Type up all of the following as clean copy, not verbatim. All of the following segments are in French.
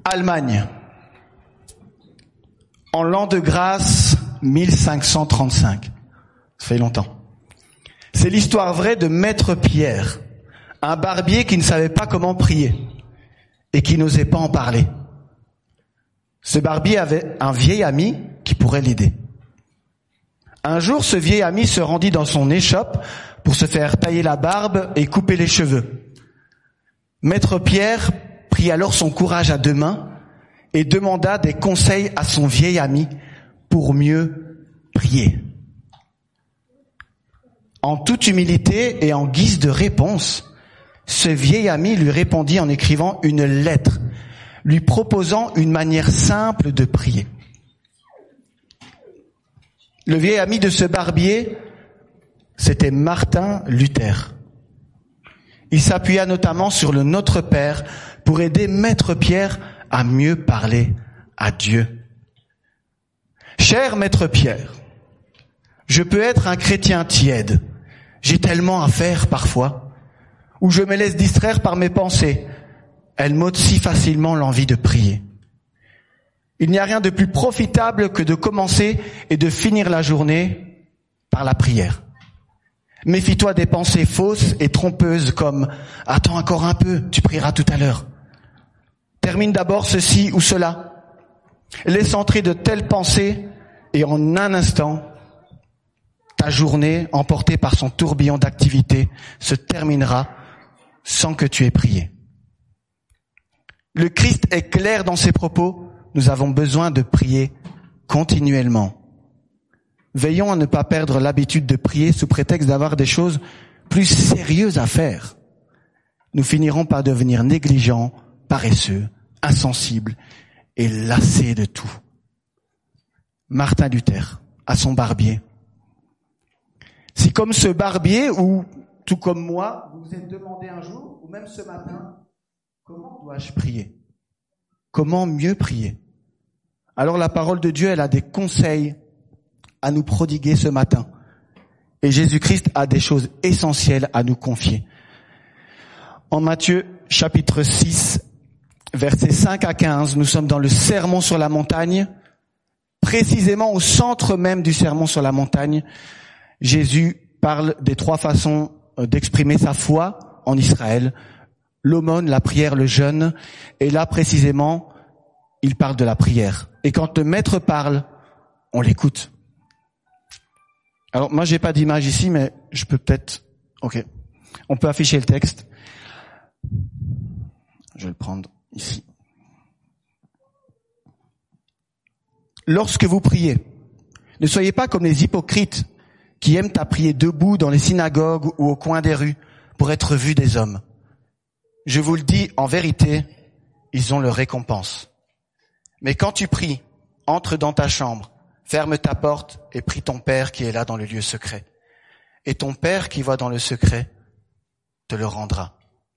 Allemagne. En l'an de grâce 1535. Ça fait longtemps. C'est l'histoire vraie de Maître Pierre, un barbier qui ne savait pas comment prier et qui n'osait pas en parler. Ce barbier avait un vieil ami qui pourrait l'aider. Un jour, ce vieil ami se rendit dans son échoppe pour se faire tailler la barbe et couper les cheveux. Maître Pierre prit alors son courage à deux mains et demanda des conseils à son vieil ami pour mieux prier. En toute humilité et en guise de réponse, ce vieil ami lui répondit en écrivant une lettre, lui proposant une manière simple de prier. Le vieil ami de ce barbier, c'était Martin Luther. Il s'appuya notamment sur le Notre Père pour aider Maître Pierre à mieux parler à Dieu. Cher Maître Pierre, je peux être un chrétien tiède. J'ai tellement à faire parfois, où je me laisse distraire par mes pensées. Elles m'ôtent si facilement l'envie de prier. Il n'y a rien de plus profitable que de commencer et de finir la journée par la prière. Méfie-toi des pensées fausses et trompeuses comme « Attends encore un peu, tu prieras tout à l'heure ». Termine d'abord ceci ou cela. Laisse entrer de telles pensées et en un instant, ta journée, emportée par son tourbillon d'activité, se terminera sans que tu aies prié. Le Christ est clair dans ses propos. Nous avons besoin de prier continuellement. Veillons à ne pas perdre l'habitude de prier sous prétexte d'avoir des choses plus sérieuses à faire. Nous finirons par devenir négligents, paresseux, insensibles et lassés de tout. Martin Luther, à son barbier. Si comme ce barbier, ou tout comme moi, vous vous êtes demandé un jour, ou même ce matin, comment dois-je prier? Comment mieux prier? Alors la parole de Dieu, elle a des conseils à nous prodiguer ce matin. Et Jésus-Christ a des choses essentielles à nous confier. En Matthieu, chapitre 6, versets 5 à 15, nous sommes dans le Sermon sur la montagne. Précisément au centre même du Sermon sur la montagne, Jésus parle des trois façons d'exprimer sa foi en Israël. L'aumône, la prière, le jeûne. Et là, précisément, il parle de la prière. Et quand le maître parle, on l'écoute. Alors, moi, j'ai pas d'image ici, mais je peux peut-être... Ok. On peut afficher le texte. Je vais le prendre ici. Lorsque vous priez, ne soyez pas comme les hypocrites qui aiment à prier debout dans les synagogues ou au coin des rues pour être vus des hommes. Je vous le dis en vérité, ils ont leur récompense. Mais quand tu pries, entre dans ta chambre, ferme ta porte et prie ton Père qui est là dans le lieu secret. Et ton Père qui voit dans le secret te le rendra.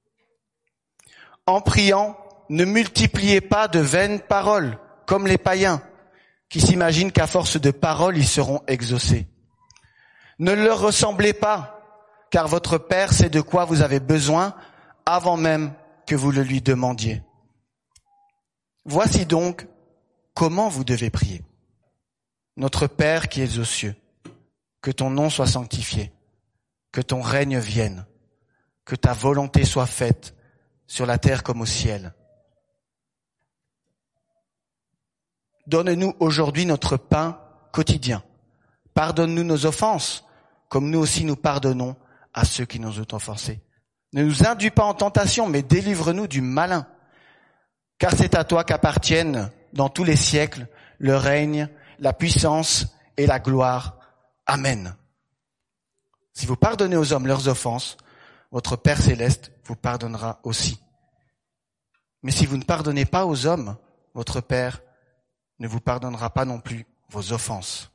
En priant, ne multipliez pas de vaines paroles, comme les païens, qui s'imaginent qu'à force de paroles, ils seront exaucés. Ne leur ressemblez pas, car votre Père sait de quoi vous avez besoin avant même que vous le lui demandiez. Voici donc comment vous devez prier. Notre Père qui es aux cieux, que ton nom soit sanctifié, que ton règne vienne, que ta volonté soit faite sur la terre comme au ciel. Donne-nous aujourd'hui notre pain quotidien. Pardonne-nous nos offenses, comme nous aussi nous pardonnons à ceux qui nous ont offensés. Ne nous induis pas en tentation, mais délivre-nous du malin. Car c'est à toi qu'appartiennent dans tous les siècles le règne, la puissance et la gloire. Amen. Si vous pardonnez aux hommes leurs offenses, votre Père céleste vous pardonnera aussi. Mais si vous ne pardonnez pas aux hommes, votre Père ne vous pardonnera pas non plus vos offenses.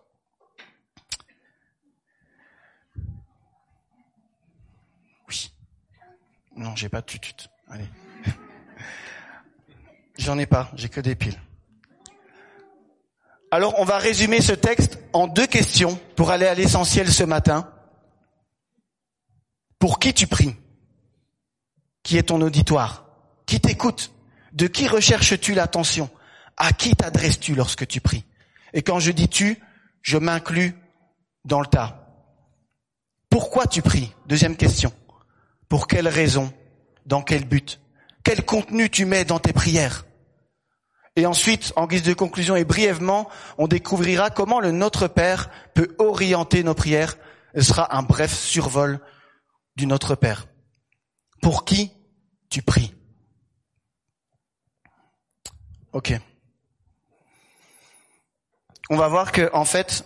Oui. Non, j'ai pas de tutut. Allez. J'en ai pas, j'ai que des piles. Alors, on va résumer ce texte en 2 questions pour aller à l'essentiel ce matin. Pour qui tu pries? Qui est ton auditoire? Qui t'écoute? De qui recherches-tu l'attention? À qui t'adresses-tu lorsque tu pries? Et quand je dis tu, je m'inclus dans le tas. Pourquoi tu pries? Deuxième question. Pour quelle raison? Dans quel but? Quel contenu tu mets dans tes prières? Et ensuite, en guise de conclusion et brièvement, on découvrira comment le Notre Père peut orienter nos prières. Ce sera un bref survol du Notre Père. Pour qui tu pries? Ok. On va voir que, en fait,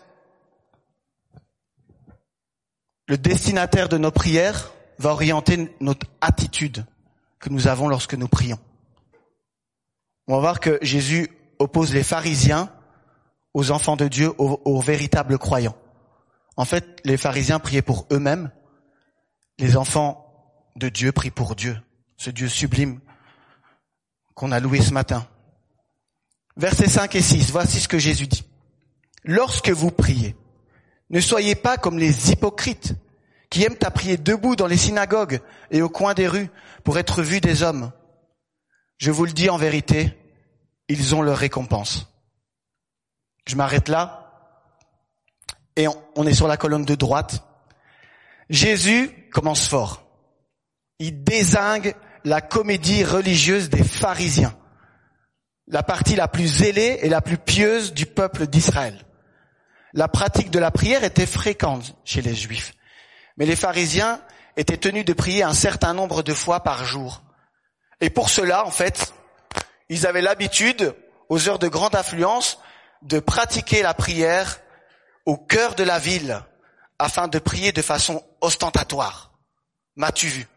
le destinataire de nos prières va orienter notre attitude que nous avons lorsque nous prions. On va voir que Jésus oppose les pharisiens aux enfants de Dieu, aux véritables croyants. En fait, les pharisiens priaient pour eux-mêmes, les enfants de Dieu prient pour Dieu, ce Dieu sublime qu'on a loué ce matin. Versets 5 et 6, voici ce que Jésus dit. Lorsque vous priez, ne soyez pas comme les hypocrites qui aiment à prier debout dans les synagogues et au coin des rues pour être vus des hommes. Je vous le dis en vérité, ils ont leur récompense. Je m'arrête là et on est sur la colonne de droite. Jésus commence fort. Il dézingue la comédie religieuse des pharisiens, la partie la plus zélée et la plus pieuse du peuple d'Israël. La pratique de la prière était fréquente chez les Juifs, mais les pharisiens étaient tenus de prier un certain nombre de fois par jour. Et pour cela, en fait, ils avaient l'habitude, aux heures de grande affluence, de pratiquer la prière au cœur de la ville, afin de prier de façon ostentatoire. M'as-tu vu?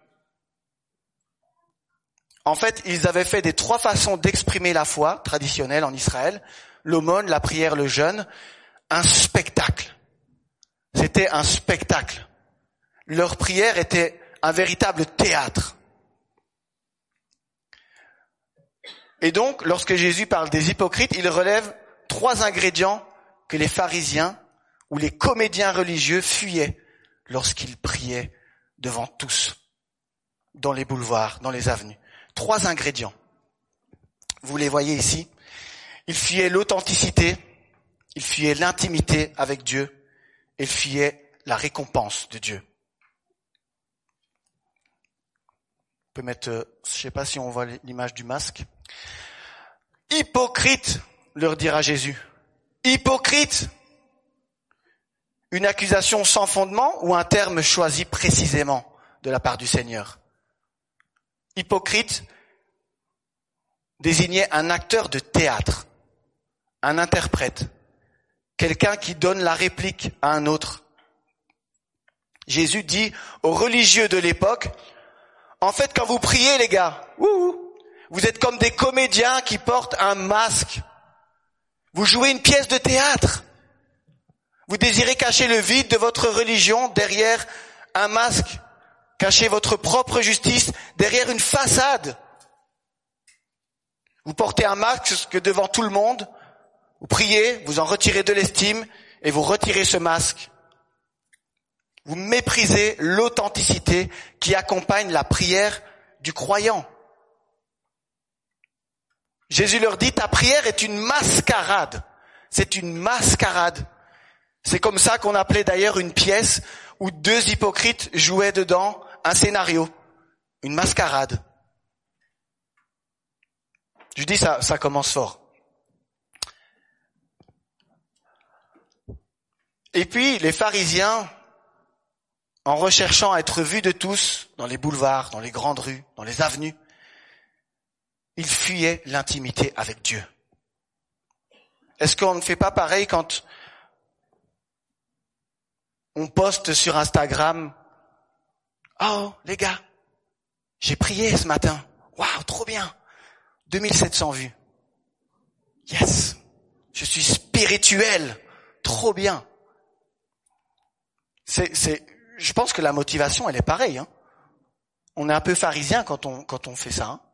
En fait, ils avaient fait des 3 façons d'exprimer la foi traditionnelle en Israël: l'aumône, la prière, le jeûne. Un spectacle. C'était un spectacle. Leur prière était un véritable théâtre. Et donc, lorsque Jésus parle des hypocrites, il relève 3 ingrédients que les pharisiens ou les comédiens religieux fuyaient lorsqu'ils priaient devant tous, dans les boulevards, dans les avenues. 3 ingrédients. Vous les voyez ici. Ils fuyaient l'authenticité, ils fuyaient l'intimité avec Dieu, et ils fuyaient la récompense de Dieu. On peut mettre, je sais pas si on voit l'image du masque. Hypocrite, leur dira Jésus. Hypocrite. Une accusation sans fondement ou un terme choisi précisément de la part du Seigneur? Hypocrite désignait un acteur de théâtre, un interprète, quelqu'un qui donne la réplique à un autre. Jésus dit aux religieux de l'époque, en fait, quand vous priez, les gars, vous êtes comme des comédiens qui portent un masque. Vous jouez une pièce de théâtre. Vous désirez cacher le vide de votre religion derrière un masque, cacher votre propre justice derrière une façade. Vous portez un masque devant tout le monde, vous priez, vous en retirez de l'estime et vous retirez ce masque. Vous méprisez l'authenticité qui accompagne la prière du croyant. Jésus leur dit, ta prière est une mascarade. C'est une mascarade. C'est comme ça qu'on appelait d'ailleurs une pièce où 2 hypocrites jouaient dedans un scénario, une mascarade. Je dis ça commence fort. Et puis les pharisiens, en recherchant à être vus de tous, dans les boulevards, dans les grandes rues, dans les avenues, ils fuyaient l'intimité avec Dieu. Est-ce qu'on ne fait pas pareil quand on poste sur Instagram, oh les gars, j'ai prié ce matin, waouh, trop bien, 2700 vues, yes, je suis spirituel, trop bien. Je pense que la motivation, elle est pareille. Hein. On est un peu pharisien quand on fait ça. Hein.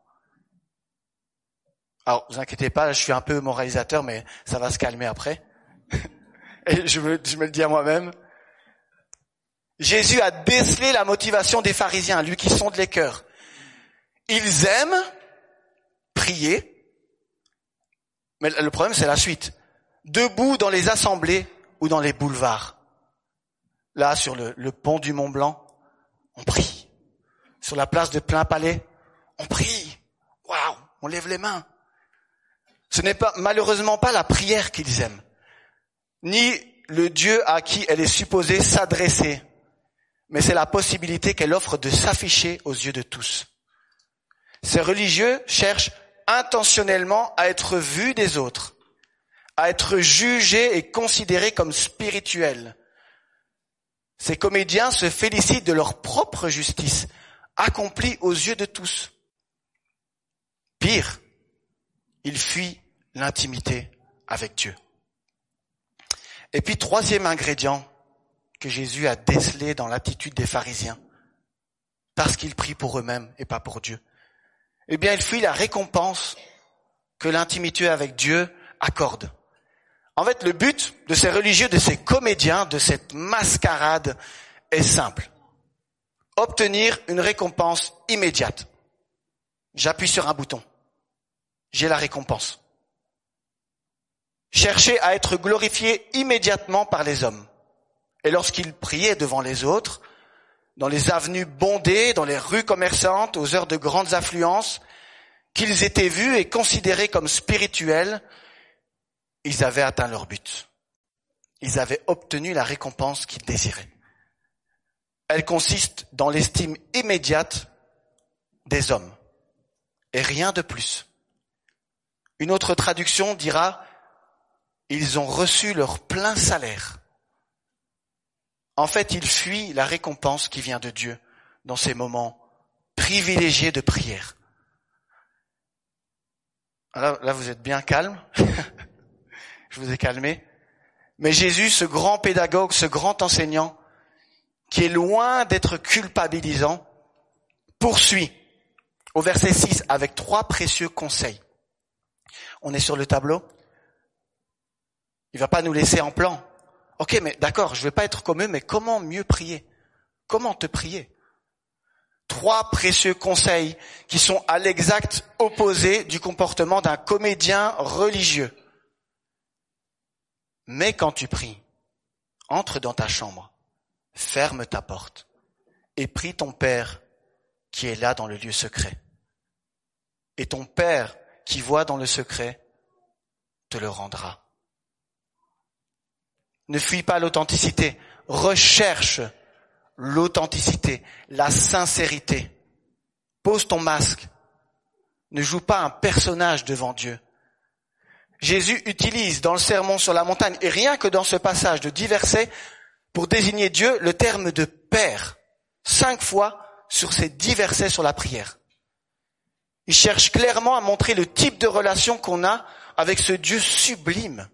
Alors, vous inquiétez pas, je suis un peu moralisateur, mais ça va se calmer après. Et je me le dis à moi-même. Jésus a décelé la motivation des pharisiens, lui qui sonde les cœurs. Ils aiment prier, mais le problème c'est la suite. Debout dans les assemblées ou dans les boulevards. Là, sur le pont du Mont Blanc, on prie. Sur la place de Plain-Palais, on prie. Waouh, on lève les mains. Ce n'est pas, malheureusement pas la prière qu'ils aiment, ni le Dieu à qui elle est supposée s'adresser, mais c'est la possibilité qu'elle offre de s'afficher aux yeux de tous. Ces religieux cherchent intentionnellement à être vus des autres, à être jugés et considérés comme spirituels. Ces comédiens se félicitent de leur propre justice, accomplie aux yeux de tous. Pire, ils fuient l'intimité avec Dieu. Et puis, troisième ingrédient que Jésus a décelé dans l'attitude des pharisiens, parce qu'ils prient pour eux-mêmes et pas pour Dieu, eh bien, ils fuient la récompense que l'intimité avec Dieu accorde. En fait, le but de ces religieux, de ces comédiens, de cette mascarade est simple. Obtenir une récompense immédiate. J'appuie sur un bouton. J'ai la récompense. Chercher à être glorifié immédiatement par les hommes. Et lorsqu'ils priaient devant les autres, dans les avenues bondées, dans les rues commerçantes, aux heures de grandes affluences, qu'ils étaient vus et considérés comme spirituels, ils avaient atteint leur but. Ils avaient obtenu la récompense qu'ils désiraient. Elle consiste dans l'estime immédiate des hommes. Et rien de plus. Une autre traduction dira « Ils ont reçu leur plein salaire ». En fait, ils fuient la récompense qui vient de Dieu dans ces moments privilégiés de prière. Alors, là, vous êtes bien calme. Je vous ai calmé. Mais Jésus, ce grand pédagogue, ce grand enseignant, qui est loin d'être culpabilisant, poursuit au verset 6 avec 3 précieux conseils. On est sur le tableau. Il va pas nous laisser en plan. Ok, mais d'accord, je vais pas être comme eux, mais comment mieux prier? Comment te prier? 3 précieux conseils qui sont à l'exact opposé du comportement d'un comédien religieux. Mais quand tu pries, entre dans ta chambre, ferme ta porte et prie ton Père qui est là dans le lieu secret. Et ton Père qui voit dans le secret te le rendra. Ne fuis pas l'authenticité, recherche l'authenticité, la sincérité. Pose ton masque, ne joue pas un personnage devant Dieu. Jésus utilise dans le sermon sur la montagne, et rien que dans ce passage de 10 versets, pour désigner Dieu, le terme de Père, 5 fois sur ces 10 versets sur la prière. Il cherche clairement à montrer le type de relation qu'on a avec ce Dieu sublime.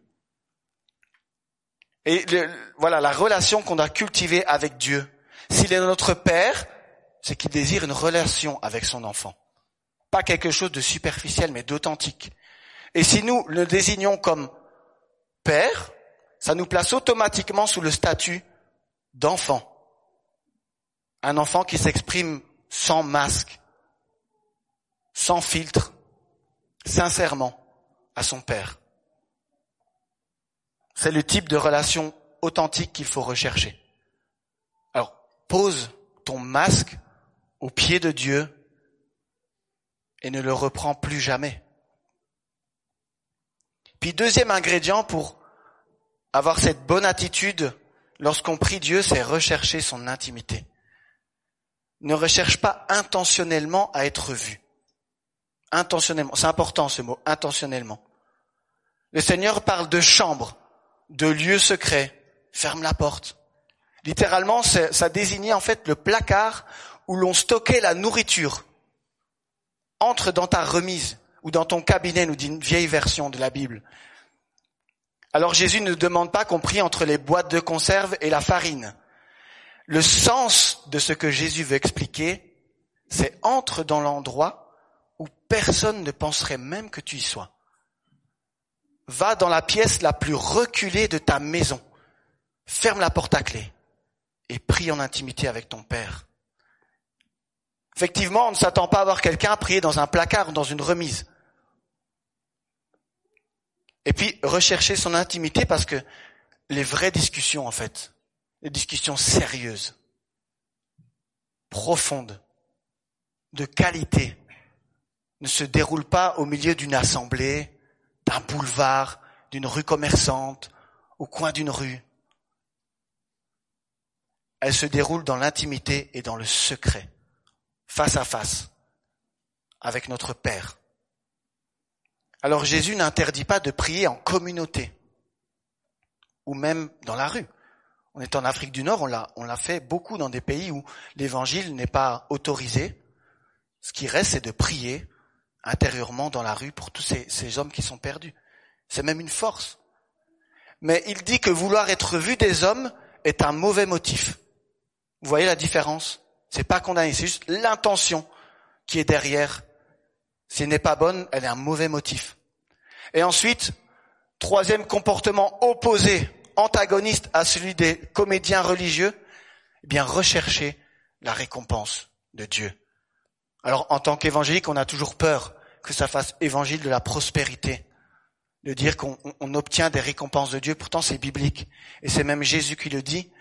Et voilà la relation qu'on doit cultiver avec Dieu. S'il est notre Père, c'est qu'il désire une relation avec son enfant. Pas quelque chose de superficiel, mais d'authentique. Et si nous le désignons comme Père, ça nous place automatiquement sous le statut d'enfant. Un enfant qui s'exprime sans masque, sans filtre, sincèrement à son Père. C'est le type de relation authentique qu'il faut rechercher. Alors, pose ton masque au pied de Dieu et ne le reprends plus jamais. Puis deuxième ingrédient pour avoir cette bonne attitude lorsqu'on prie Dieu, c'est rechercher son intimité. Ne recherche pas intentionnellement à être vu. Intentionnellement, c'est important ce mot, intentionnellement. Le Seigneur parle de chambre, de lieu secret, ferme la porte. Littéralement, ça désignait en fait le placard où l'on stockait la nourriture. Entre dans ta remise ou dans ton cabinet, nous dit une vieille version de la Bible. Alors Jésus ne demande pas qu'on prie entre les boîtes de conserve et la farine. Le sens de ce que Jésus veut expliquer, c'est entre dans l'endroit où personne ne penserait même que tu y sois. Va dans la pièce la plus reculée de ta maison. Ferme la porte à clé et prie en intimité avec ton Père. Effectivement, on ne s'attend pas à voir quelqu'un prier dans un placard ou dans une remise. Et puis, rechercher son intimité parce que les vraies discussions, en fait, les discussions sérieuses, profondes, de qualité, ne se déroulent pas au milieu d'une assemblée, d'un boulevard, d'une rue commerçante, au coin d'une rue. Elles se déroulent dans l'intimité et dans le secret, face à face, avec notre Père. Alors Jésus n'interdit pas de prier en communauté, ou même dans la rue. On est en Afrique du Nord, on l'a fait beaucoup dans des pays où l'évangile n'est pas autorisé. Ce qui reste, c'est de prier intérieurement dans la rue pour tous ces hommes qui sont perdus. C'est même une force. Mais il dit que vouloir être vu des hommes est un mauvais motif. Vous voyez la différence? C'est pas condamné, c'est juste l'intention qui est derrière. Si elle n'est pas bonne, elle est un mauvais motif. Et ensuite, troisième comportement opposé, antagoniste à celui des comédiens religieux, eh bien rechercher la récompense de Dieu. Alors en tant qu'évangélique, on a toujours peur que ça fasse évangile de la prospérité, de dire qu'on obtient des récompenses de Dieu. Pourtant c'est biblique et c'est même Jésus qui le dit.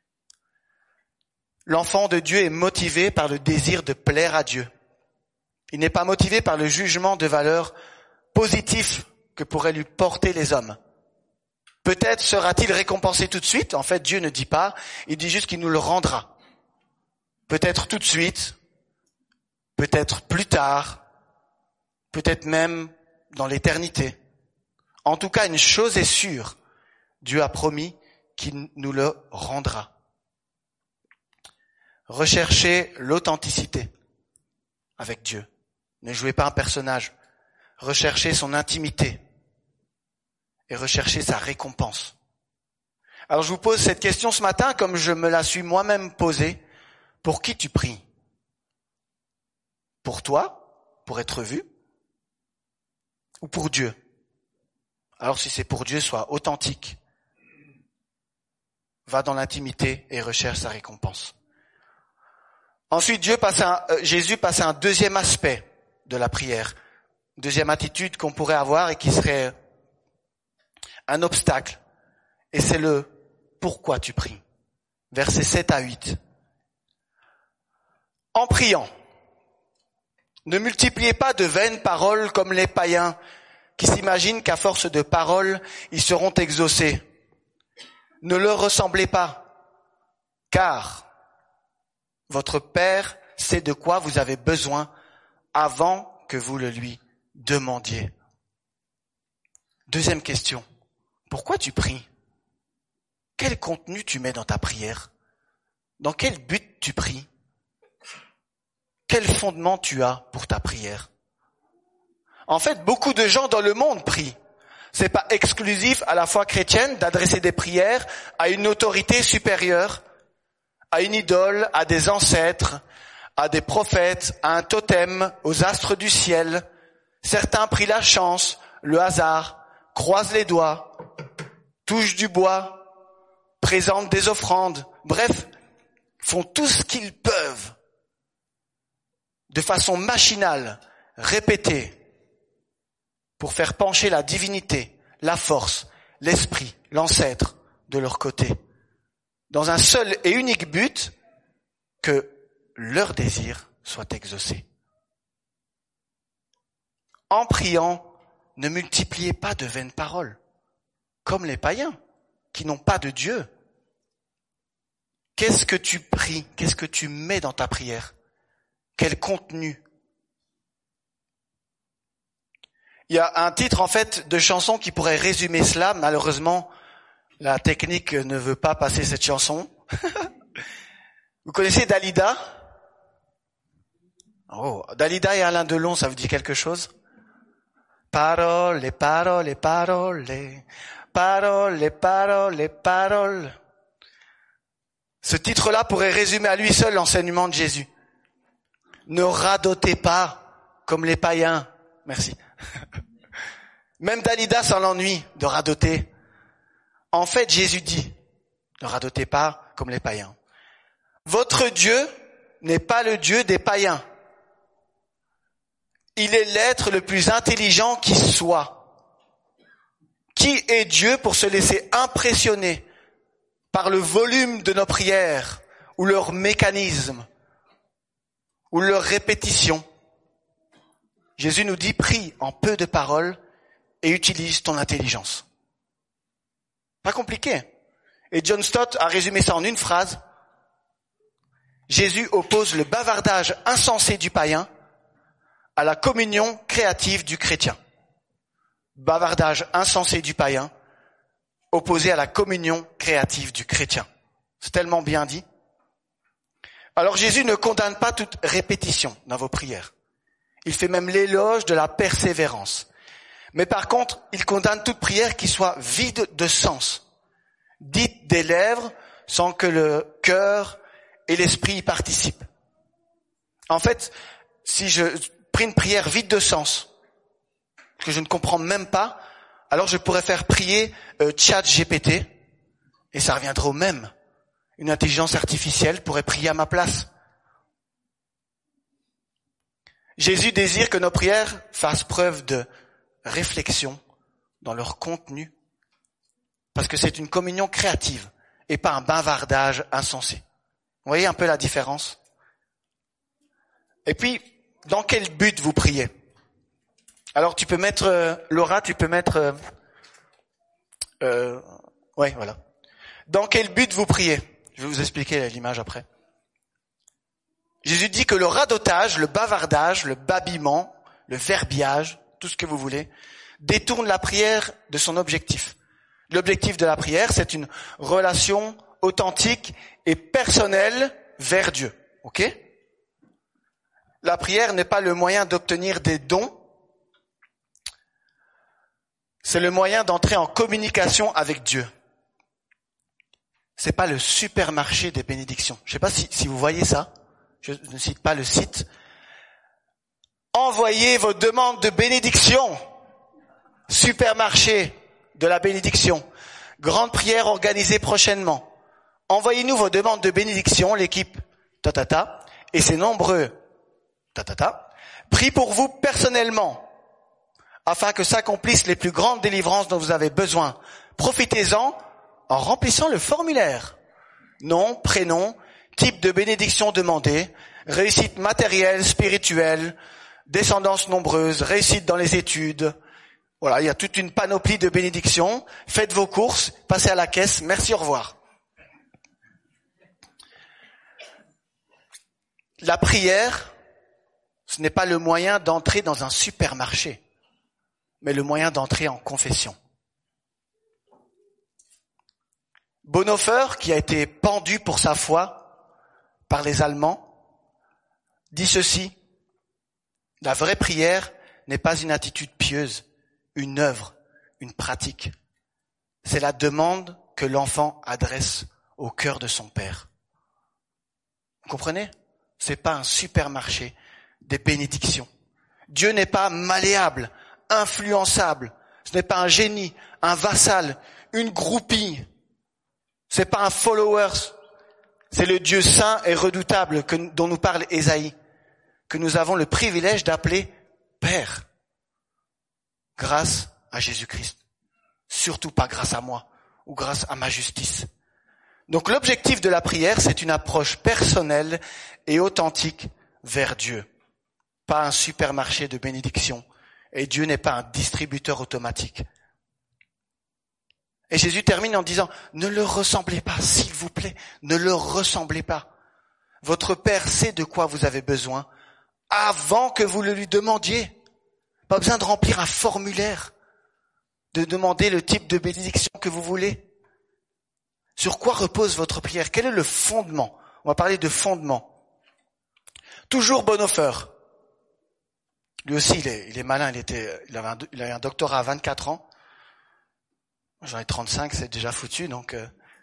L'enfant de Dieu est motivé par le désir de plaire à Dieu. Il n'est pas motivé par le jugement de valeur positif que pourraient lui porter les hommes. Peut-être sera-t-il récompensé tout de suite. En fait, Dieu ne dit pas. Il dit juste qu'il nous le rendra. Peut-être tout de suite, peut-être plus tard, peut-être même dans l'éternité. En tout cas, une chose est sûre. Dieu a promis qu'il nous le rendra. Recherchez l'authenticité avec Dieu. Ne jouez pas un personnage. Recherchez son intimité et recherchez sa récompense. Alors je vous pose cette question ce matin comme je me la suis moi-même posée. Pour qui tu pries? Pour toi? Pour être vu? Ou pour Dieu? Alors si c'est pour Dieu, sois authentique. Va dans l'intimité et recherche sa récompense. Ensuite, Jésus passe à un deuxième aspect de la prière. Deuxième attitude qu'on pourrait avoir et qui serait un obstacle. Et c'est le pourquoi tu pries. Versets 7 à 8. En priant, ne multipliez pas de vaines paroles comme les païens qui s'imaginent qu'à force de paroles, ils seront exaucés. Ne leur ressemblez pas, car votre Père sait de quoi vous avez besoin avant que vous le lui demandiez. Deuxième question. Pourquoi tu pries? Quel contenu tu mets dans ta prière? Dans quel but tu pries? Quel fondement tu as pour ta prière? En fait, beaucoup de gens dans le monde prient. C'est pas exclusif à la foi chrétienne d'adresser des prières à une autorité supérieure, à une idole, à des ancêtres, à des prophètes, à un totem, aux astres du ciel. Certains prient la chance, le hasard, croisent les doigts, touchent du bois, présentent des offrandes. Bref, font tout ce qu'ils peuvent de façon machinale, répétée, pour faire pencher la divinité, la force, l'esprit, l'ancêtre de leur côté, dans un seul et unique but, que leur désir soit exaucé. En priant, ne multipliez pas de vaines paroles, comme les païens, qui n'ont pas de Dieu. Qu'est-ce que tu pries? Qu'est-ce que tu mets dans ta prière? Quel contenu? Il y a un titre en fait de chanson qui pourrait résumer cela. Malheureusement, la technique ne veut pas passer cette chanson. Vous connaissez Dalida? Oh, Dalida et Alain Delon, ça vous dit quelque chose? Parole, parole, parole, parole, parole, parole. Ce titre-là pourrait résumer à lui seul l'enseignement de Jésus. Ne radotez pas comme les païens. Merci. Même Dalida s'en ennuie de radoter. En fait, Jésus dit, ne radotez pas comme les païens. Votre Dieu n'est pas le Dieu des païens. Il est l'être le plus intelligent qui soit. Qui est Dieu pour se laisser impressionner par le volume de nos prières ou leur mécanisme ou leur répétition? Jésus nous dit, prie en peu de paroles et utilise ton intelligence. Pas compliqué. Et John Stott a résumé ça en une phrase. Jésus oppose le bavardage insensé du païen à la communion créative du chrétien. Bavardage insensé du païen opposé à la communion créative du chrétien. C'est tellement bien dit. Alors Jésus ne condamne pas toute répétition dans vos prières. Il fait même l'éloge de la persévérance. Mais par contre, il condamne toute prière qui soit vide de sens, dite des lèvres sans que le cœur et l'esprit y participent. En fait, si je prie une prière vide de sens, que je ne comprends même pas, alors je pourrais faire prier ChatGPT et ça reviendrait au même. Une intelligence artificielle pourrait prier à ma place. Jésus désire que nos prières fassent preuve de réflexion dans leur contenu, parce que c'est une communion créative et pas un bavardage insensé. Vous voyez un peu la différence? Et puis, dans quel but vous priez? Alors tu peux mettre, Laura, tu peux mettre... ouais, voilà. Dans quel but vous priez? Je vais vous expliquer l'image après. Jésus dit que le radotage, le bavardage, le babillement, le verbiage, tout ce que vous voulez, détourne la prière de son objectif. L'objectif de la prière, c'est une relation authentique et personnelle vers Dieu. Ok? La prière n'est pas le moyen d'obtenir des dons, c'est le moyen d'entrer en communication avec Dieu. C'est pas le supermarché des bénédictions. Je sais pas si vous voyez ça. Je ne cite pas le site. Envoyez vos demandes de bénédiction. Supermarché de la bénédiction. Grande prière organisée prochainement. Envoyez-nous vos demandes de bénédiction, l'équipe tatata, et ses nombreux tatata, prient pour vous personnellement, afin que s'accomplissent les plus grandes délivrances dont vous avez besoin. Profitez-en en remplissant le formulaire. Nom, prénom, type de bénédiction demandée, réussite matérielle, spirituelle, descendance nombreuse, réussite dans les études. Voilà, il y a toute une panoplie de bénédictions. Faites vos courses, passez à la caisse, merci, au revoir. La prière, ce n'est pas le moyen d'entrer dans un supermarché, mais le moyen d'entrer en confession. Bonhoeffer, qui a été pendu pour sa foi par les Allemands, dit ceci: la vraie prière n'est pas une attitude pieuse, une œuvre, une pratique. C'est la demande que l'enfant adresse au cœur de son père. Vous comprenez? C'est pas un supermarché des bénédictions. Dieu n'est pas malléable, influençable. Ce n'est pas un génie, un vassal, une groupie. C'est pas un follower. C'est le Dieu saint et redoutable dont nous parle Ésaïe, que nous avons le privilège d'appeler Père, grâce à Jésus-Christ. Surtout pas grâce à moi ou grâce à ma justice. Donc l'objectif de la prière, c'est une approche personnelle et authentique vers Dieu. Pas un supermarché de bénédiction. Et Dieu n'est pas un distributeur automatique. Et Jésus termine en disant, ne leur ressemblez pas, s'il vous plaît, ne leur ressemblez pas. Votre Père sait de quoi vous avez besoin avant que vous le lui demandiez. Pas besoin de remplir un formulaire, de demander le type de bénédiction que vous voulez. Sur quoi repose votre prière? Quel est le fondement? On va parler de fondement. Toujours Bonhoeffer. Lui aussi, il est malin, il a un doctorat à 24 ans. J'en ai 35, c'est déjà foutu, donc...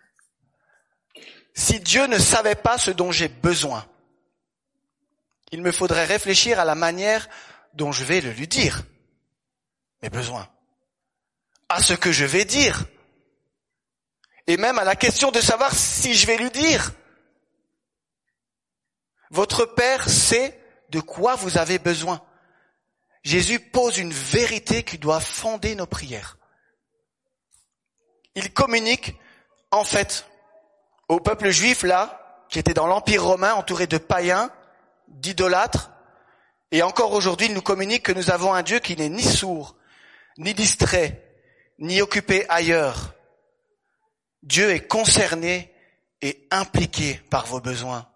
Si Dieu ne savait pas ce dont j'ai besoin, il me faudrait réfléchir à la manière dont je vais le lui dire. Mes besoins. À ce que je vais dire. Et même à la question de savoir si je vais lui dire. Votre Père sait de quoi vous avez besoin. Jésus pose une vérité qui doit fonder nos prières. il communique en fait au peuple juif là, qui était dans l'Empire romain, entouré de païens, d'idolâtres, et encore aujourd'hui il nous communique que nous avons un Dieu qui n'est ni sourd, ni distrait, ni occupé ailleurs. Dieu est concerné et impliqué par vos besoins.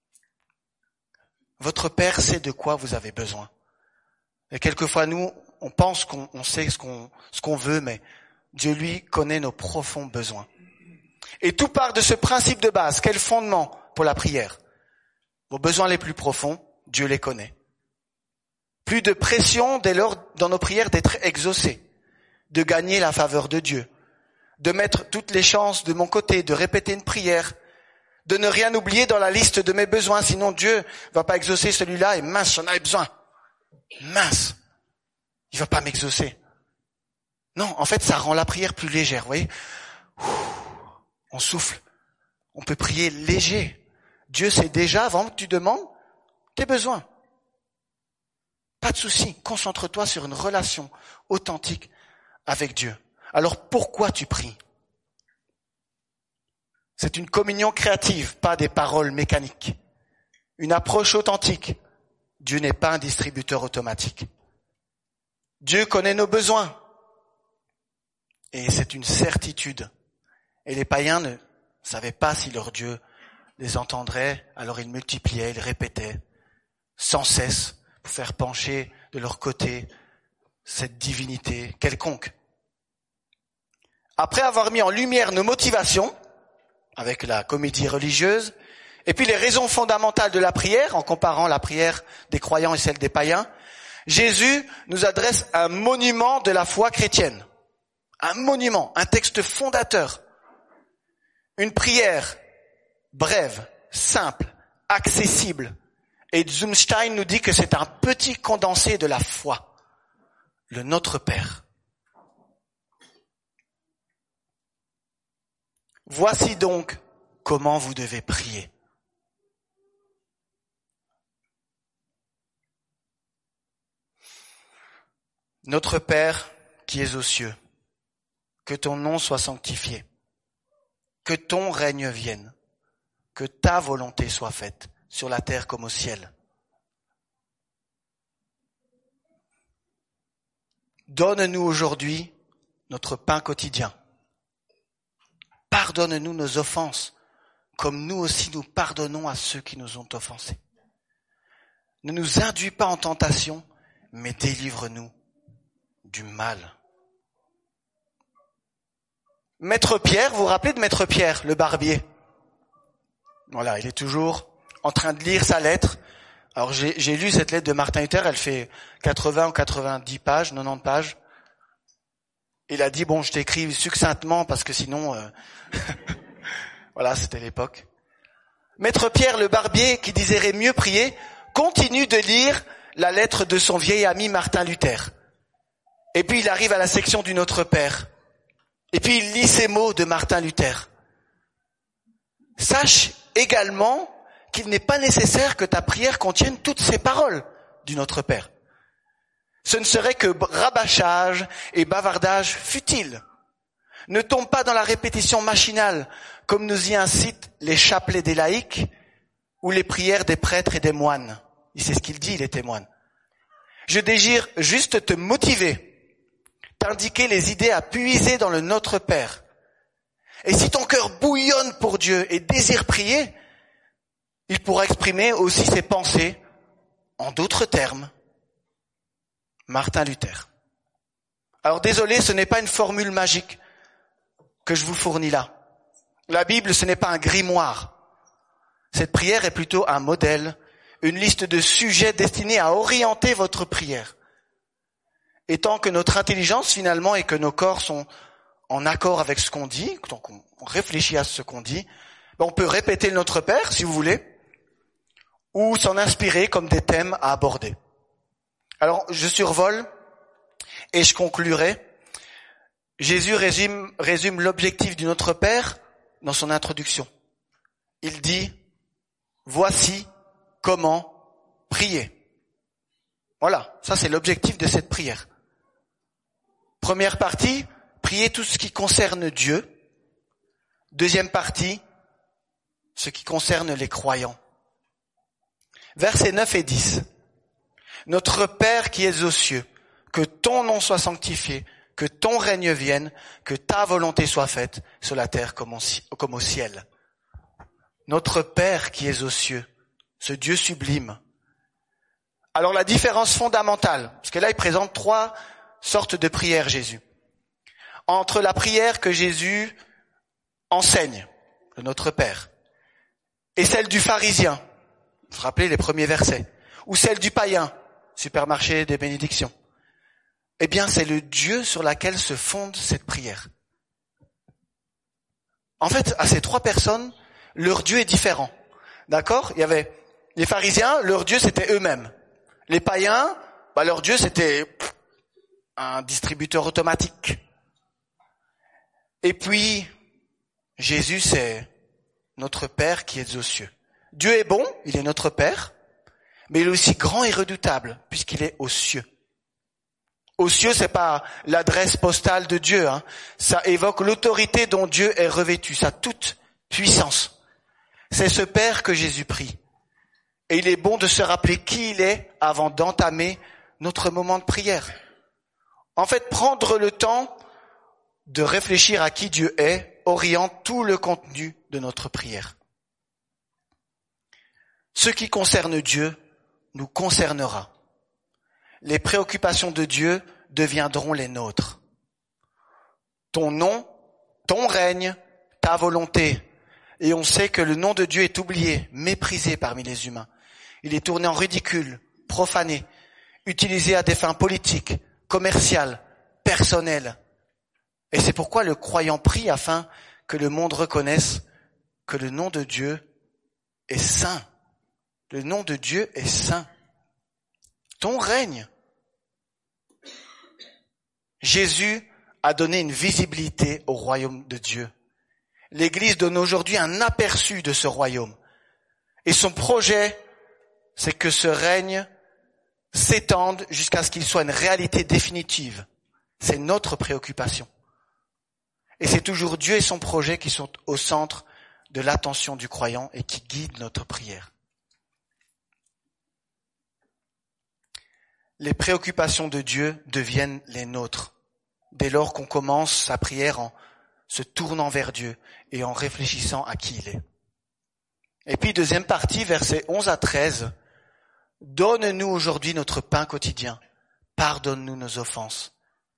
Votre Père sait de quoi vous avez besoin. Et quelquefois, nous, on pense qu'on sait ce qu'on veut, mais Dieu, lui, connaît nos profonds besoins. Et tout part de ce principe de base. Quel fondement pour la prière? Vos besoins les plus profonds, Dieu les connaît. Plus de pression dès lors dans nos prières d'être exaucés, de gagner la faveur de Dieu, de mettre toutes les chances de mon côté, de répéter une prière, de ne rien oublier dans la liste de mes besoins, sinon Dieu va pas exaucer celui-là et mince, j'en avais besoin. Mince, il va pas m'exaucer. Non, en fait, ça rend la prière plus légère, vous voyez. On souffle, on peut prier léger. Dieu sait déjà, avant que tu demandes, tes besoins. Pas de souci, concentre-toi sur une relation authentique avec Dieu. Alors pourquoi tu pries? C'est une communion créative, pas des paroles mécaniques. Une approche authentique. Dieu n'est pas un distributeur automatique. Dieu connaît nos besoins. Et c'est une certitude. Et les païens ne savaient pas si leur Dieu les entendrait, alors ils multipliaient, ils répétaient, sans cesse, pour faire pencher de leur côté cette divinité quelconque. Après avoir mis en lumière nos motivations, avec la comédie religieuse, et puis les raisons fondamentales de la prière, en comparant la prière des croyants et celle des païens, Jésus nous adresse un monument de la foi chrétienne. Un monument, un texte fondateur. Une prière brève, simple, accessible. Et Zumstein nous dit que c'est un petit condensé de la foi. Le Notre Père. Voici donc comment vous devez prier. Notre Père qui es aux cieux, que ton nom soit sanctifié, que ton règne vienne, que ta volonté soit faite sur la terre comme au ciel. Donne-nous aujourd'hui notre pain quotidien. Pardonne-nous nos offenses, comme nous aussi nous pardonnons à ceux qui nous ont offensés. Ne nous induis pas en tentation, mais délivre-nous du mal. Maître Pierre, vous vous rappelez de Maître Pierre, le barbier? Voilà, il est toujours en train de lire sa lettre. Alors j'ai lu cette lettre de Martin Luther, elle fait 80 ou 90 pages, 90 pages. Il a dit, bon, je t'écris succinctement parce que sinon... voilà, c'était l'époque. Maître Pierre, le barbier, qui désirait mieux prier, continue de lire la lettre de son vieil ami Martin Luther. Et puis il arrive à la section du Notre Père. Et puis il lit ces mots de Martin Luther. Sache également qu'il n'est pas nécessaire que ta prière contienne toutes ces paroles du Notre Père. Ce ne serait que rabâchage et bavardage futile. Ne tombe pas dans la répétition machinale, comme nous y incitent les chapelets des laïcs ou les prières des prêtres et des moines. C'est ce qu'il dit, les moines. Je désire juste te motiver, t'indiquer les idées à puiser dans le Notre Père. Et si ton cœur bouillonne pour Dieu et désire prier, il pourra exprimer aussi ses pensées en d'autres termes. Martin Luther. Alors désolé, ce n'est pas une formule magique que je vous fournis là. La Bible, ce n'est pas un grimoire. Cette prière est plutôt un modèle, une liste de sujets destinés à orienter votre prière. Et tant que notre intelligence finalement et que nos corps sont en accord avec ce qu'on dit, donc on réfléchit à ce qu'on dit, on peut répéter le Notre Père si vous voulez, ou s'en inspirer comme des thèmes à aborder. Alors, je survole et je conclurai. Jésus résume l'objectif du Notre Père dans son introduction. Il dit, voici comment prier. Voilà, ça c'est l'objectif de cette prière. Première partie, prier tout ce qui concerne Dieu. Deuxième partie, ce qui concerne les croyants. Versets 9 et 10. Notre Père qui es aux cieux, que ton nom soit sanctifié, que ton règne vienne, que ta volonté soit faite sur la terre comme au ciel. Notre Père qui es aux cieux, ce Dieu sublime. Alors la différence fondamentale, parce que là il présente 3 sortes de prières Jésus. Entre la prière que Jésus enseigne, le Notre Père, et celle du pharisien, vous vous rappelez les premiers versets, ou celle du païen, supermarché des bénédictions, eh bien c'est le Dieu sur lequel se fonde cette prière. En fait, à ces 3 personnes, leur Dieu est différent. D'accord ? Il y avait les pharisiens, leur Dieu c'était eux-mêmes. Les païens, leur Dieu c'était un distributeur automatique. Et puis, Jésus c'est notre Père qui est aux cieux. Dieu est bon, il est notre Père, mais il est aussi grand et redoutable, puisqu'il est aux cieux. Aux cieux, c'est pas l'adresse postale de Dieu, hein. Ça évoque l'autorité dont Dieu est revêtu, sa toute puissance. C'est ce Père que Jésus prie. Et il est bon de se rappeler qui il est avant d'entamer notre moment de prière. En fait, prendre le temps de réfléchir à qui Dieu est oriente tout le contenu de notre prière. Ce qui concerne Dieu nous concernera. Les préoccupations de Dieu deviendront les nôtres. Ton nom, ton règne, ta volonté. Et on sait que le nom de Dieu est oublié, méprisé parmi les humains. Il est tourné en ridicule, profané, utilisé à des fins politiques, commerciales, personnelles. Et c'est pourquoi le croyant prie afin que le monde reconnaisse que le nom de Dieu est saint. Le nom de Dieu est saint. Ton règne. Jésus a donné une visibilité au royaume de Dieu. L'Église donne aujourd'hui un aperçu de ce royaume. Et son projet, c'est que ce règne s'étende jusqu'à ce qu'il soit une réalité définitive. C'est notre préoccupation. Et c'est toujours Dieu et son projet qui sont au centre de l'attention du croyant et qui guident notre prière. Les préoccupations de Dieu deviennent les nôtres, dès lors qu'on commence sa prière en se tournant vers Dieu et en réfléchissant à qui il est. Et puis, deuxième partie, versets 11 à 13, « Donne-nous aujourd'hui notre pain quotidien, pardonne-nous nos offenses.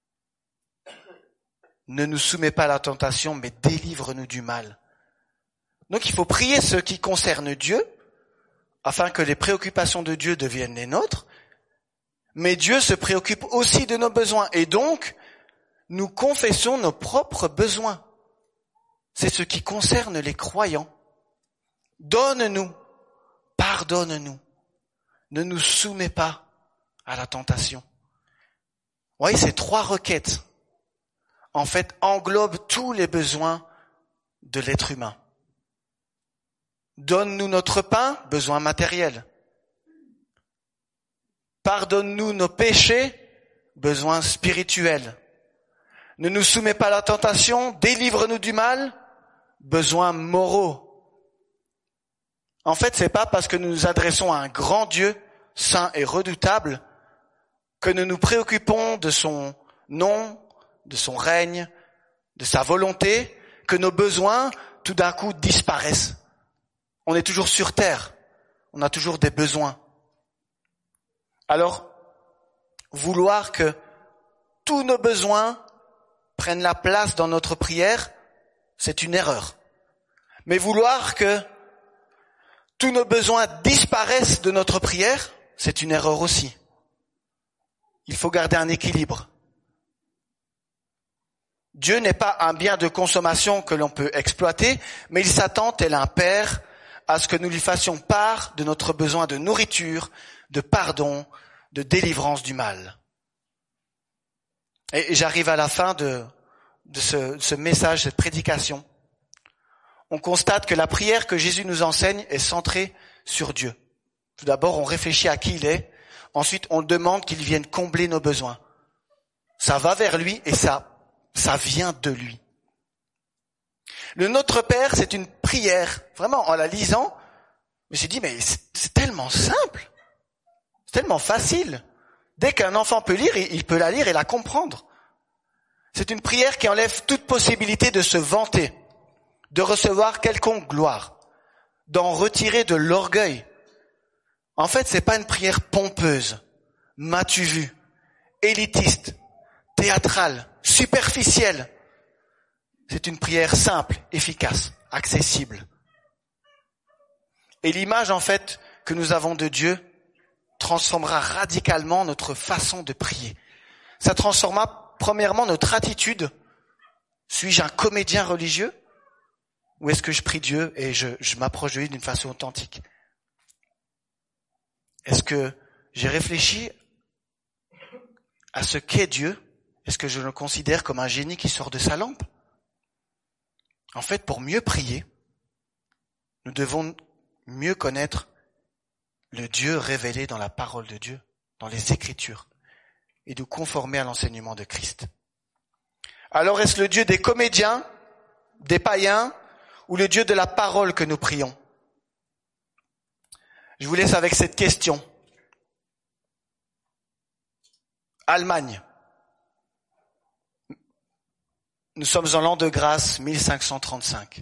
Ne nous soumets pas à la tentation, mais délivre-nous du mal. » Donc il faut prier ce qui concerne Dieu, afin que les préoccupations de Dieu deviennent les nôtres, mais Dieu se préoccupe aussi de nos besoins, et donc nous confessons nos propres besoins. C'est ce qui concerne les croyants. Donne-nous, pardonne-nous, ne nous soumets pas à la tentation. Vous voyez, ces 3 requêtes, en fait, englobent tous les besoins de l'être humain. Donne-nous notre pain, besoin matériel. Pardonne-nous nos péchés, besoin spirituel. Ne nous soumets pas à la tentation, délivre-nous du mal, besoins moraux. En fait, c'est pas parce que nous nous adressons à un grand Dieu, saint et redoutable, que nous nous préoccupons de son nom, de son règne, de sa volonté, que nos besoins, tout d'un coup, disparaissent. On est toujours sur terre, on a toujours des besoins. Alors, vouloir que tous nos besoins prennent la place dans notre prière, c'est une erreur. Mais vouloir que tous nos besoins disparaissent de notre prière, c'est une erreur aussi. Il faut garder un équilibre. Dieu n'est pas un bien de consommation que l'on peut exploiter, mais il s'attend, tel un père, à ce que nous lui fassions part de notre besoin de nourriture, de pardon, de délivrance du mal. Et j'arrive à la fin de ce message, cette prédication. On constate que la prière que Jésus nous enseigne est centrée sur Dieu. Tout d'abord, on réfléchit à qui il est. Ensuite, on demande qu'il vienne combler nos besoins. Ça va vers lui et ça vient de lui. Le Notre Père, c'est une prière. Vraiment, en la lisant, je me suis dit, mais c'est tellement simple. C'est tellement facile. Dès qu'un enfant peut lire, il peut la lire et la comprendre. C'est une prière qui enlève toute possibilité de se vanter, de recevoir quelconque gloire, d'en retirer de l'orgueil. En fait, c'est pas une prière pompeuse, m'as-tu vu, élitiste, théâtrale, superficielle. C'est une prière simple, efficace, accessible. Et l'image, en fait, que nous avons de Dieu transformera radicalement notre façon de prier. Ça transformera, premièrement, notre attitude. Suis-je un comédien religieux? Ou est-ce que je prie Dieu et je m'approche de lui d'une façon authentique? Est-ce que j'ai réfléchi à ce qu'est Dieu? Est-ce que je le considère comme un génie qui sort de sa lampe? En fait, pour mieux prier, nous devons mieux connaître le Dieu révélé dans la parole de Dieu, dans les Écritures, et nous conformer à l'enseignement de Christ. Alors est-ce le Dieu des comédiens, des païens, ou le Dieu de la parole que nous prions? Je vous laisse avec cette question. Allemagne. Nous sommes en l'an de grâce 1535.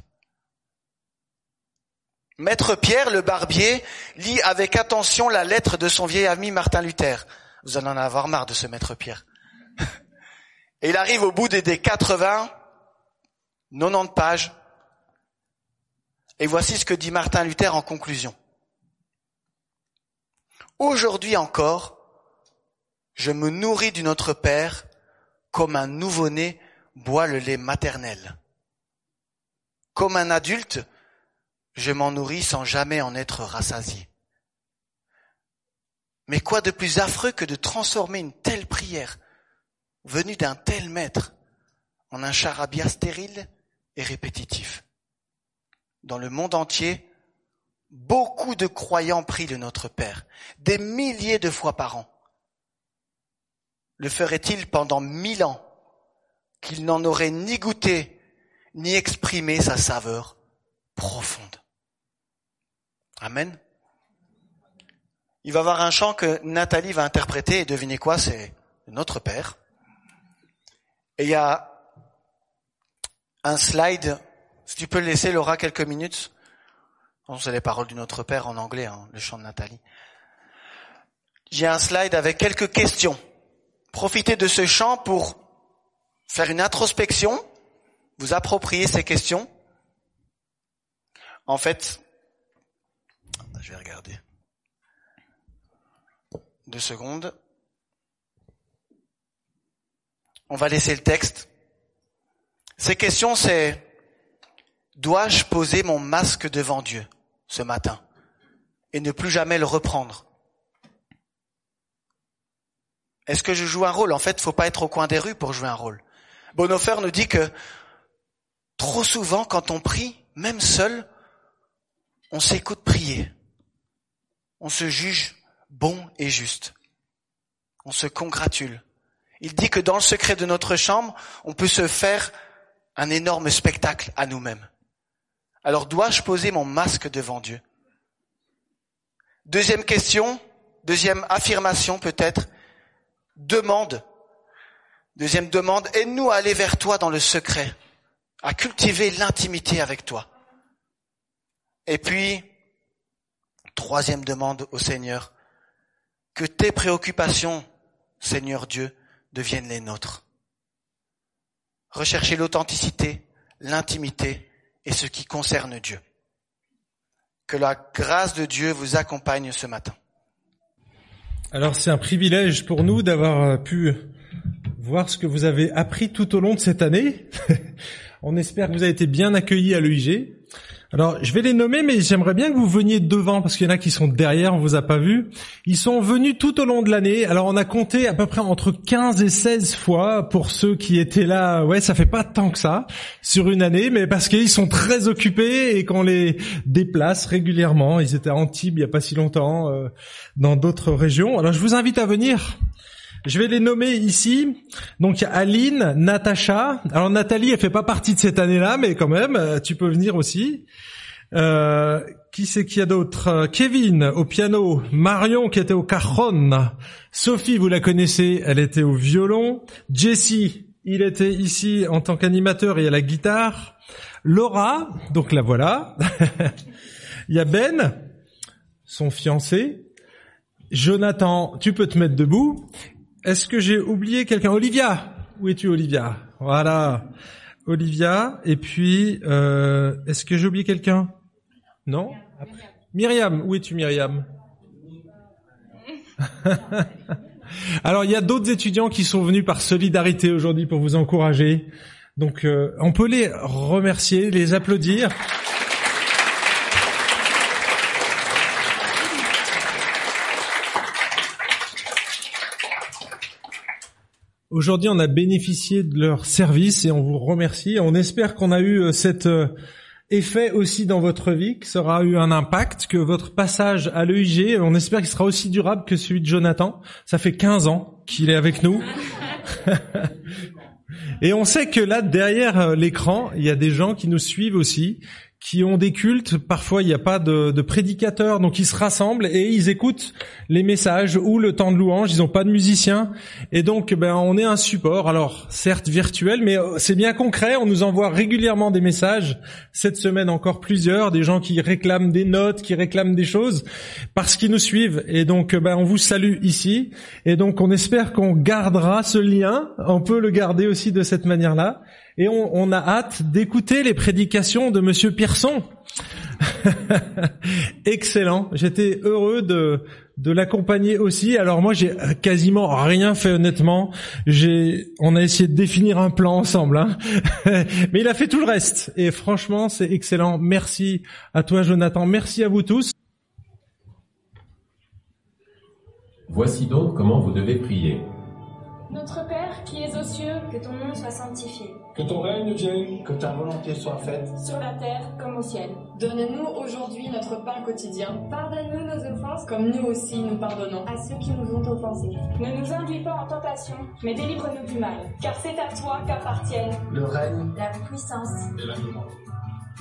Maître Pierre, le barbier, lit avec attention la lettre de son vieil ami Martin Luther. Vous allez en avoir marre de ce Maître Pierre. Et il arrive au bout des 90 pages. Et voici ce que dit Martin Luther en conclusion. Aujourd'hui encore, je me nourris du Notre Père comme un nouveau-né boit le lait maternel. Comme un adulte, je m'en nourris sans jamais en être rassasié. Mais quoi de plus affreux que de transformer une telle prière, venue d'un tel maître, en un charabia stérile et répétitif? Dans le monde entier, beaucoup de croyants prient le Notre Père, des milliers de fois par an. Le ferait-il pendant 1000 ans, qu'ils n'en auraient ni goûté, ni exprimé sa saveur profonde? Amen. Il va y avoir un chant que Nathalie va interpréter, et devinez quoi, c'est Notre Père. Et il y a un slide, si tu peux le laisser, Laura, quelques minutes. C'est les paroles du Notre Père en anglais, le chant de Nathalie. J'ai un slide avec quelques questions. Profitez de ce chant pour faire une introspection, vous approprier ces questions. En fait, je vais regarder. 2 secondes. On va laisser le texte. Ces questions, c'est: dois-je poser mon masque devant Dieu ce matin et ne plus jamais le reprendre? Est-ce que je joue un rôle? En fait, il ne faut pas être au coin des rues pour jouer un rôle. Bonhoeffer nous dit que trop souvent, quand on prie, même seul, on s'écoute prier. On se juge bon et juste. On se congratule. Il dit que dans le secret de notre chambre, on peut se faire un énorme spectacle à nous-mêmes. Alors, dois-je poser mon masque devant Dieu? Deuxième question, deuxième affirmation peut-être, demande. Deuxième demande, aide-nous à aller vers toi dans le secret, à cultiver l'intimité avec toi. Et puis, troisième demande au Seigneur, que tes préoccupations, Seigneur Dieu, deviennent les nôtres. Recherchez l'authenticité, l'intimité et ce qui concerne Dieu. Que la grâce de Dieu vous accompagne ce matin. Alors c'est un privilège pour nous d'avoir pu voir ce que vous avez appris tout au long de cette année. On espère que vous avez été bien accueillis à l'EIG. Alors, je vais les nommer, mais j'aimerais bien que vous veniez devant, parce qu'il y en a qui sont derrière, on vous a pas vu. Ils sont venus tout au long de l'année. Alors, on a compté à peu près entre 15 et 16 fois pour ceux qui étaient là. Ouais, ça fait pas tant que ça sur une année, mais parce qu'ils sont très occupés et qu'on les déplace régulièrement. Ils étaient à Antibes il y a pas si longtemps, dans d'autres régions. Alors, je vous invite à venir Je vais les nommer ici. Donc il y a Aline, Natacha. Alors Nathalie, elle fait pas partie de cette année-là, mais quand même, tu peux venir aussi. Qui c'est qu'il y a d'autre? Kevin au piano, Marion qui était au cajon, Sophie, vous la connaissez, elle était au violon, Jessie, il était ici en tant qu'animateur et à la guitare, Laura, donc la voilà. Il y a Ben, son fiancé, Jonathan, tu peux te mettre debout. Est-ce que j'ai oublié quelqu'un? Olivia, où es-tu Olivia? Voilà, Olivia. Et puis, est-ce que j'ai oublié quelqu'un? Non? Myriam, où es-tu Myriam? Alors, il y a d'autres étudiants qui sont venus par solidarité aujourd'hui pour vous encourager. Donc, on peut les remercier, les applaudir. Aujourd'hui, on a bénéficié de leur service et on vous remercie. On espère qu'on a eu cet effet aussi dans votre vie, que ça aura eu un impact, que votre passage à l'EIG, on espère qu'il sera aussi durable que celui de Jonathan. Ça fait 15 ans qu'il est avec nous. Et on sait que là, derrière l'écran, il y a des gens qui nous suivent aussi, qui ont des cultes. Parfois, il n'y a pas de prédicateurs, donc ils se rassemblent et ils écoutent les messages ou le temps de louange. Ils n'ont pas de musiciens. Et donc, on est un support. Alors, certes virtuel, mais c'est bien concret. On nous envoie régulièrement des messages. Cette semaine, encore plusieurs. Des gens qui réclament des notes, qui réclament des choses parce qu'ils nous suivent. Et donc, on vous salue ici. Et donc, on espère qu'on gardera ce lien. On peut le garder aussi de cette manière-là. Et on a hâte d'écouter les prédications de Monsieur Pierson. Excellent. J'étais heureux de l'accompagner aussi. Alors moi, j'ai quasiment rien fait honnêtement. On a essayé de définir un plan ensemble, hein. Mais il a fait tout le reste. Et franchement, c'est excellent. Merci à toi, Jonathan. Merci à vous tous. Voici donc comment vous devez prier. Notre Père qui es aux cieux, que ton nom soit sanctifié. Que ton règne vienne, que ta volonté soit faite, sur la terre comme au ciel. Donne-nous aujourd'hui notre pain quotidien. Pardonne-nous nos offenses, comme nous aussi nous pardonnons à ceux qui nous ont offensés. Ne nous induis pas en tentation, mais délivre-nous du mal. Car c'est à toi qu'appartiennent le règne, la puissance et la gloire